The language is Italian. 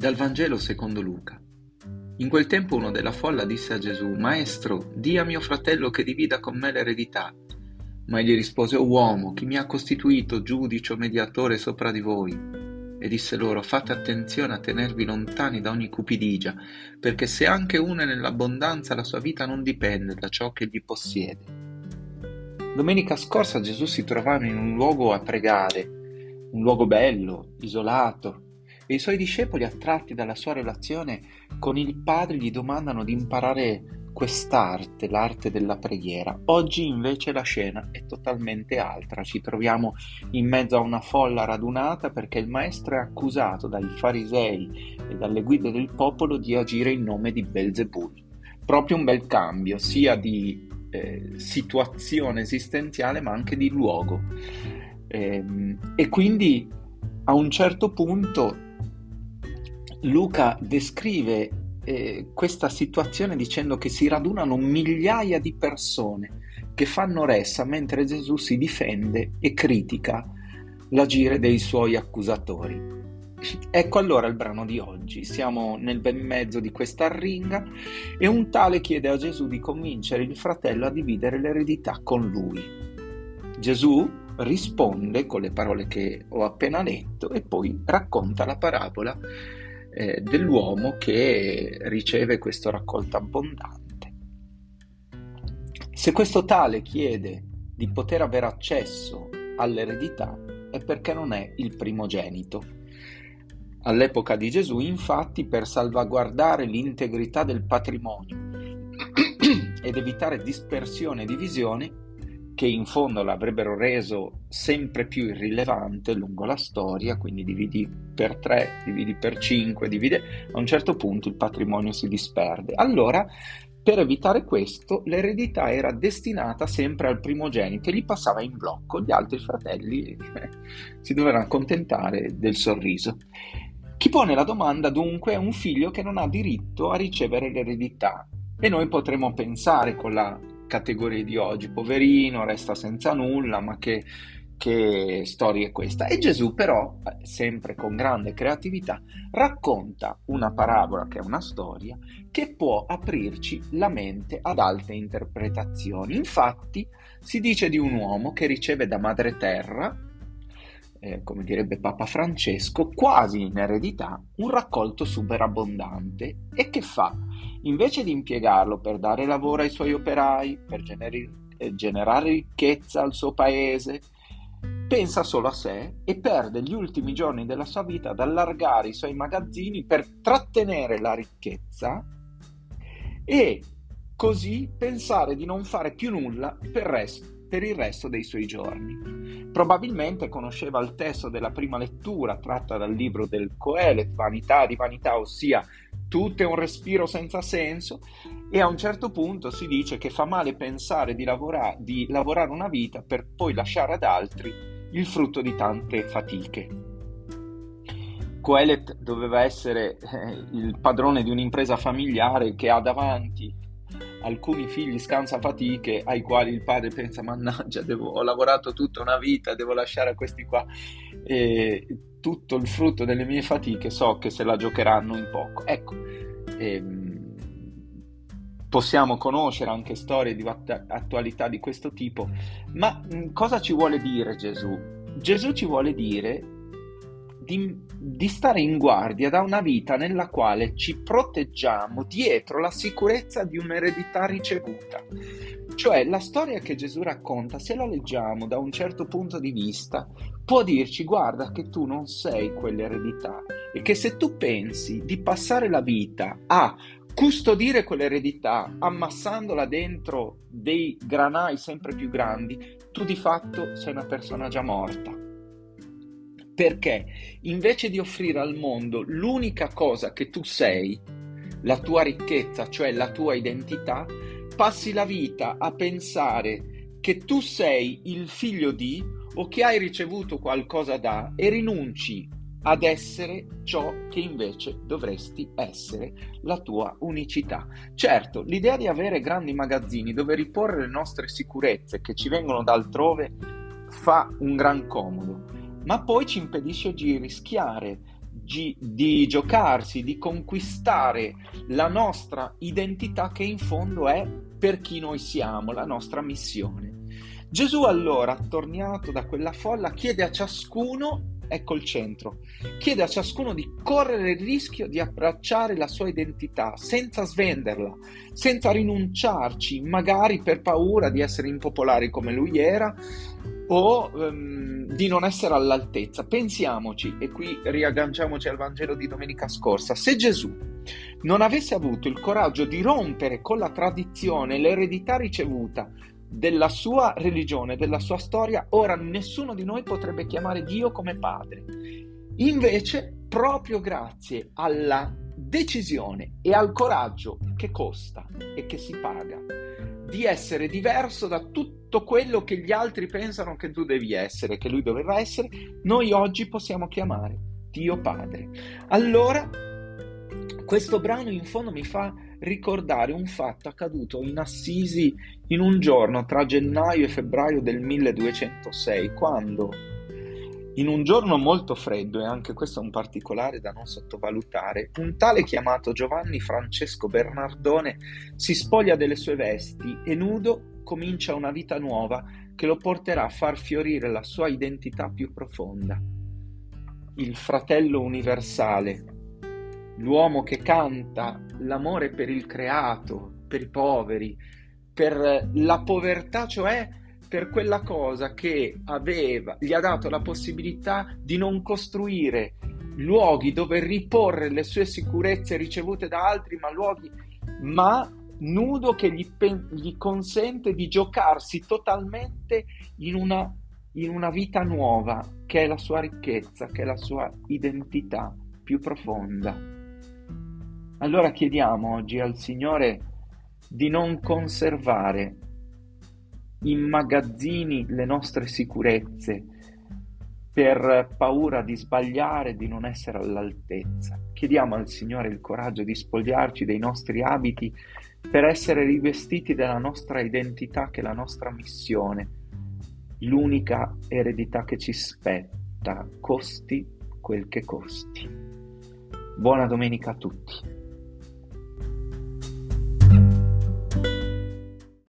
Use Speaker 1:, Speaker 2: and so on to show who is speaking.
Speaker 1: Dal Vangelo secondo Luca. In quel tempo uno della folla disse a Gesù: «Maestro, di a mio fratello che divida con me l'eredità». Ma egli rispose: «O uomo, chi mi ha costituito giudice o mediatore sopra di voi?» E disse loro: «Fate attenzione a tenervi lontani da ogni cupidigia, perché se anche uno è nell'abbondanza, la sua vita non dipende da ciò che gli possiede». Domenica scorsa Gesù si trovava in un luogo a pregare, un luogo bello, isolato, e i suoi discepoli, attratti dalla sua relazione con il Padre, gli domandano di imparare quest'arte, l'arte della preghiera. Oggi invece la scena è totalmente altra. Ci troviamo in mezzo a una folla radunata perché il Maestro è accusato dai farisei e dalle guide del popolo di agire in nome di Belzebul. Proprio un bel cambio, sia di situazione esistenziale ma anche di luogo. E quindi a un certo punto Luca descrive questa situazione dicendo che si radunano migliaia di persone che fanno ressa mentre Gesù si difende e critica l'agire dei suoi accusatori. Ecco allora il brano di oggi. Siamo nel bel mezzo di questa arringa e un tale chiede a Gesù di convincere il fratello a dividere l'eredità con lui. Gesù risponde con le parole che ho appena letto e poi racconta la parabola dell'uomo che riceve questo raccolto abbondante. Se questo tale chiede di poter avere accesso all'eredità è perché non è il primogenito. All'epoca di Gesù, infatti, per salvaguardare l'integrità del patrimonio ed evitare dispersione e divisione, che in fondo l'avrebbero reso sempre più irrilevante lungo la storia, quindi dividi per 3, dividi per 5, a un certo punto il patrimonio si disperde. Allora, per evitare questo, l'eredità era destinata sempre al primogenito e gli passava in blocco, gli altri fratelli si dovevano accontentare del sorriso. Chi pone la domanda dunque è un figlio che non ha diritto a ricevere l'eredità, e noi potremmo pensare con la categorie di oggi: poverino, resta senza nulla, ma che storia è questa? E Gesù però, sempre con grande creatività, racconta una parabola, che è una storia, che può aprirci la mente ad alte interpretazioni. Infatti si dice di un uomo che riceve da madre terra, come direbbe Papa Francesco, quasi in eredità, un raccolto superabbondante, e che fa? Invece di impiegarlo per dare lavoro ai suoi operai, per generare ricchezza al suo paese, pensa solo a sé e perde gli ultimi giorni della sua vita ad allargare i suoi magazzini per trattenere la ricchezza e così pensare di non fare più nulla per il resto dei suoi giorni. Probabilmente conosceva il testo della prima lettura tratta dal libro del Coelet, Vanità di vanità, ossia tutto è un respiro senza senso, e a un certo punto si dice che fa male pensare di lavorare una vita per poi lasciare ad altri il frutto di tante fatiche. Coelet doveva essere il padrone di un'impresa familiare che ha davanti alcuni figli scansafatiche ai quali il padre pensa: mannaggia, ho lavorato tutta una vita, devo lasciare a questi qua tutto il frutto delle mie fatiche, so che se la giocheranno in poco. Ecco, possiamo conoscere anche storie di attualità di questo tipo, ma cosa ci vuole dire Gesù? Gesù ci vuole dire di stare in guardia da una vita nella quale ci proteggiamo dietro la sicurezza di un'eredità ricevuta. Cioè, la storia che Gesù racconta, se la leggiamo da un certo punto di vista, può dirci: guarda che tu non sei quell'eredità, e che se tu pensi di passare la vita a custodire quell'eredità ammassandola dentro dei granai sempre più grandi, tu di fatto sei una persona già morta. Perché invece di offrire al mondo l'unica cosa che tu sei, la tua ricchezza, cioè la tua identità, passi la vita a pensare che tu sei il figlio di, o che hai ricevuto qualcosa da, e rinunci ad essere ciò che invece dovresti essere, la tua unicità. Certo, l'idea di avere grandi magazzini dove riporre le nostre sicurezze che ci vengono da altrove fa un gran comodo, ma poi ci impedisce di rischiare di giocarsi, di conquistare la nostra identità, che in fondo è per chi noi siamo, la nostra missione. Gesù allora, attorniato da quella folla, chiede a ciascuno, ecco il centro, chiede a ciascuno di correre il rischio di abbracciare la sua identità senza svenderla, senza rinunciarci, magari per paura di essere impopolari come lui era, o di non essere all'altezza. Pensiamoci, e qui riagganciamoci al Vangelo di domenica scorsa, se Gesù non avesse avuto il coraggio di rompere con la tradizione, l'eredità ricevuta della sua religione, della sua storia, ora nessuno di noi potrebbe chiamare Dio come Padre. Invece, proprio grazie alla decisione e al coraggio che costa e che si paga di essere diverso da tutto quello che gli altri pensano che tu devi essere, che lui doveva essere, noi oggi possiamo chiamare Dio Padre. Allora, questo brano in fondo mi fa ricordare un fatto accaduto in Assisi in un giorno tra gennaio e febbraio del 1206, quando in un giorno molto freddo, e anche questo è un particolare da non sottovalutare, un tale chiamato Giovanni Francesco Bernardone si spoglia delle sue vesti e nudo comincia una vita nuova che lo porterà a far fiorire la sua identità più profonda. Il fratello universale, l'uomo che canta l'amore per il creato, per i poveri, per la povertà, cioè per quella cosa che gli ha dato la possibilità di non costruire luoghi dove riporre le sue sicurezze ricevute da altri, ma nudo, che gli consente di giocarsi totalmente in una vita nuova, che è la sua ricchezza, che è la sua identità più profonda. Allora chiediamo oggi al Signore di non conservare in magazzini le nostre sicurezze per paura di sbagliare, di non essere all'altezza. Chiediamo al Signore il coraggio di spogliarci dei nostri abiti per essere rivestiti della nostra identità, che è la nostra missione, l'unica eredità che ci spetta, costi quel che costi. Buona domenica a tutti.